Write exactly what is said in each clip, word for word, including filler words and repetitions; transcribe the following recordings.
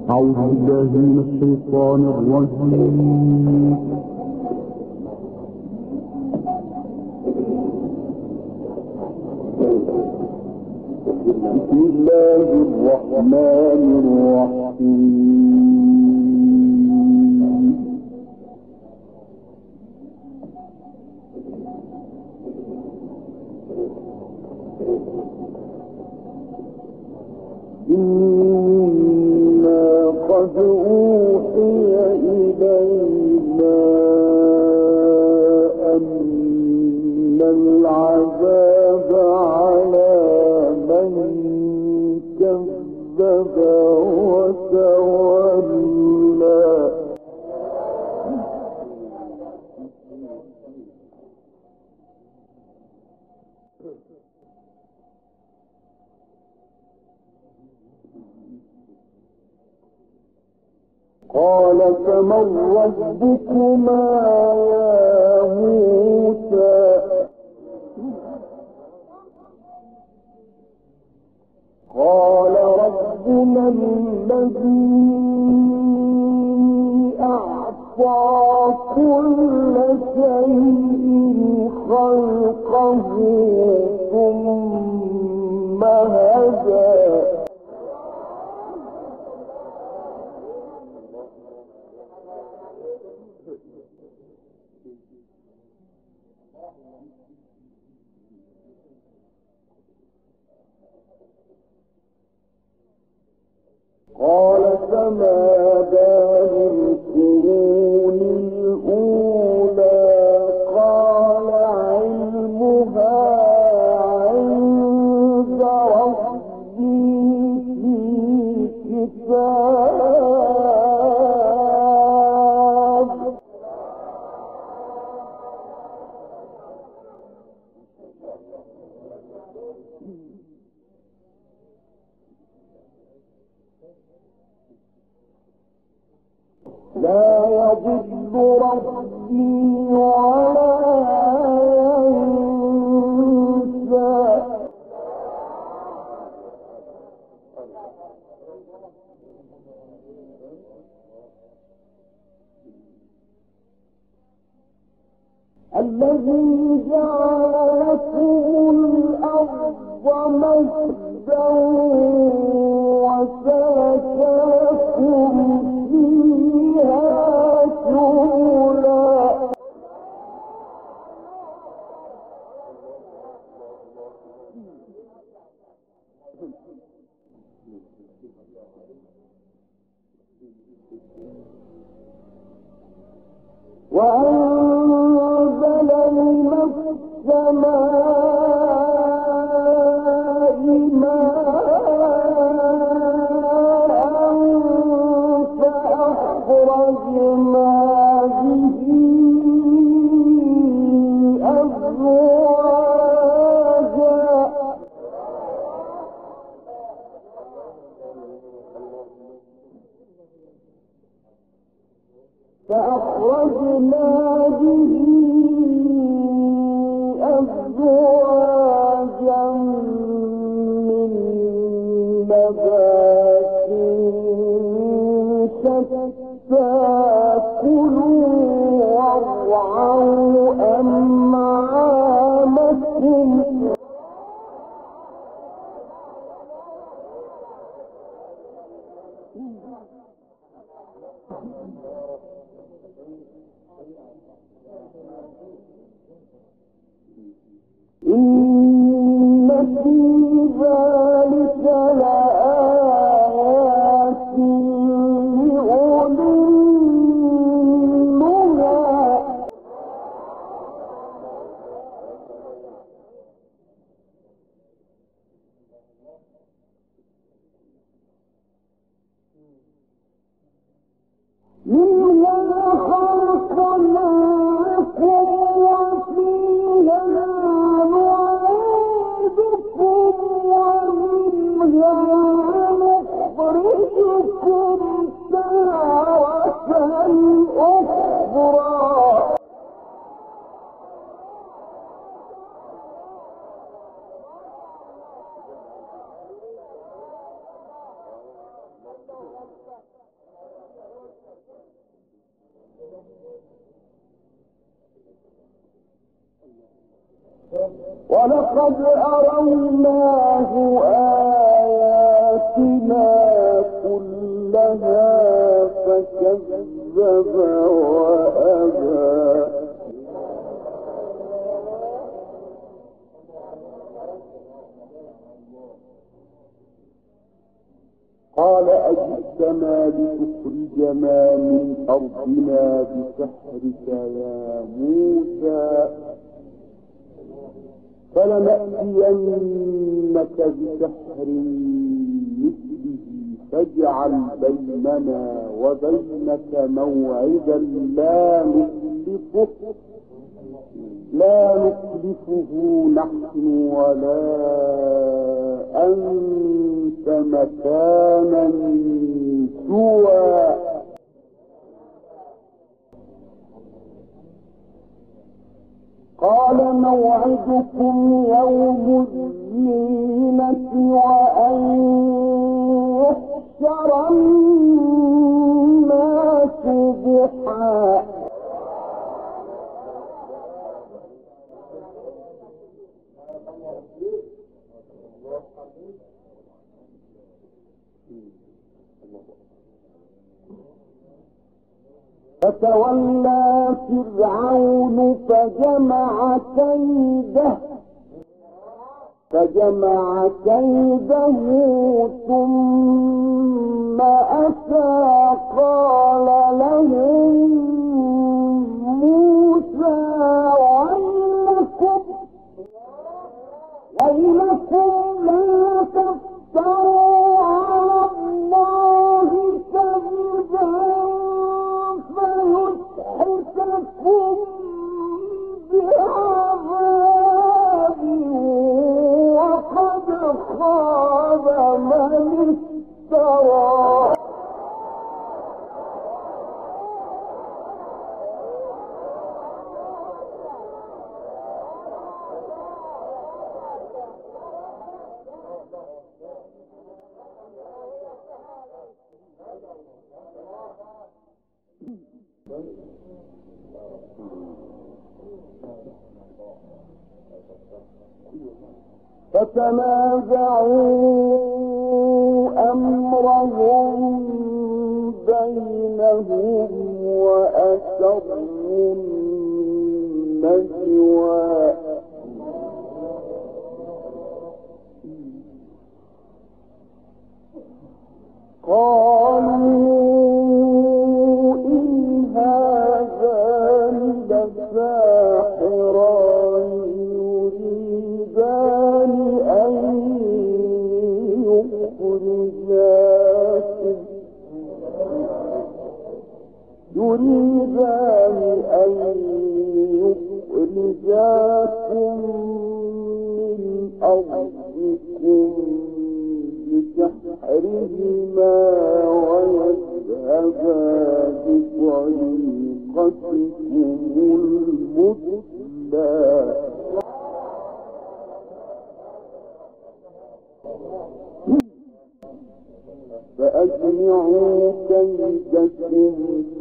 أعوذ بالله من الشيطان الرجيم. بسم الله الرحمن الرحيم. إنا قد أوحي إلينا أن العذاب على من كذب وتولى. قال فمن ربكما يا موسى؟ قال ربنا الذي أعطى كل شيء خلقه ثم هدى. قال فما بال القرون الأولى؟ قال علمها عند ربي في كتاب. لا يضل ربي ولا ينسى. الذي جعل لكم الأرض مهدا وسلك لكم فيها سبلا. وأنزل من السماء ماء فأخرجنا به أزواجا. فأخرجنا به أزواجا من نبات شتى كلوا وارعوا أنعامكم. إن في ذلك لآيات لأولي النهى. منها خلقناكم وفيها نعيدكم ومنها نخرجكم تارة أخرى. ولقد أروناه آياتنا كلها فكذب وأبى. قال أجئتنا لتخرجنا من أرضنا بسحرك يا موسى فلنأتينك بسحر مثله فاجعل بيننا وبينك موعدا لا نخلفه لا نخلفه نحن ولا أنت مكانا سوى. قال موعدكم يوم الزينة وأن يحشر الناس ضحى. فتولى فرعون فجمع كيده فجمع كيده ثم أتى قال لهم موسى ويلكم ويلكم لا تفتروا على الله كذبا فيسحتكم بعذاب وقد خاب من افترى. فتنازعوا أمرهم بينهم وأسروا النجوى. قالوا إن هذان لساحران يريدان أن يخرجاكم يريدان أن يخرجاكم من أرضكم بسحرهما ويذهبا بطريقتكم المثلى. فأجمعوا كيدكم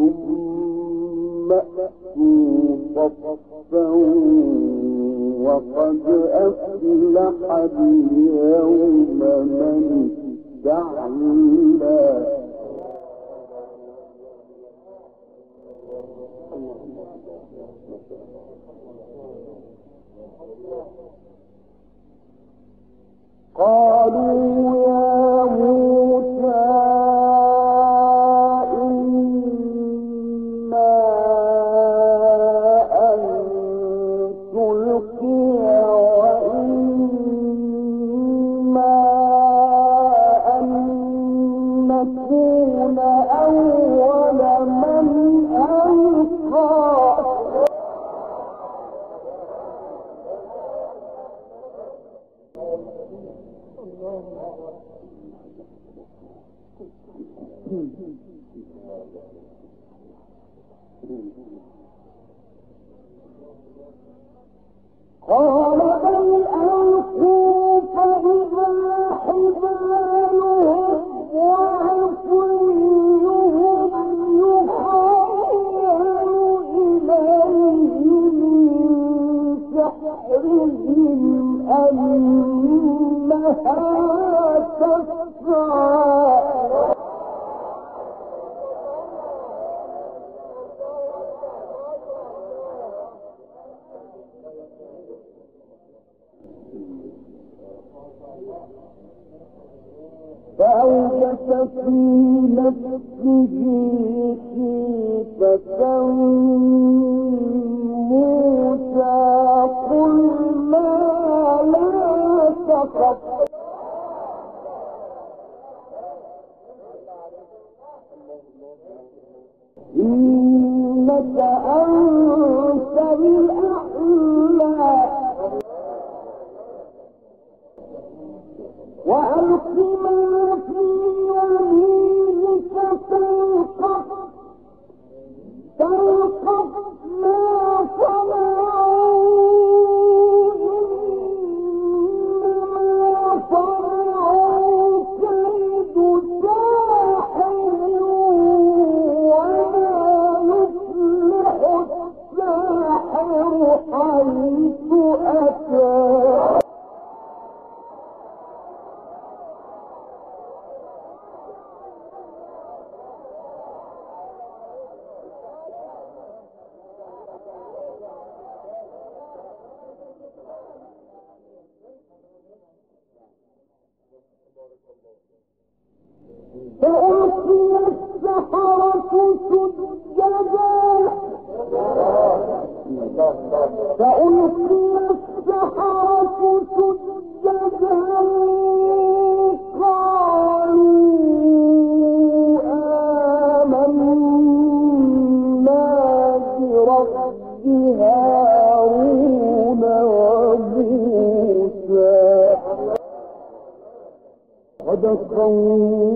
ثم أتوا صفا وقد أفلح اليوم من استعلى. قالوا يا موسى إما أن تلقي وإما أن نكون أول من ألقى. قال بل ألقوا فإذا حبالهم وعصيهم يخيل إليه من فأوجس في نفسه خيفة موسى قلنا لا تخف إنك أنت الأعلى وألق ما في يمينك تلقف تلقف ما صنعوا إنما صنعوا كيد ساحر ولا يفلح الساحر حيث أتى فألقي السحرة سجدا فألقي السحرة سجدا قالوا آمنا برب هارون وموسى صدق الله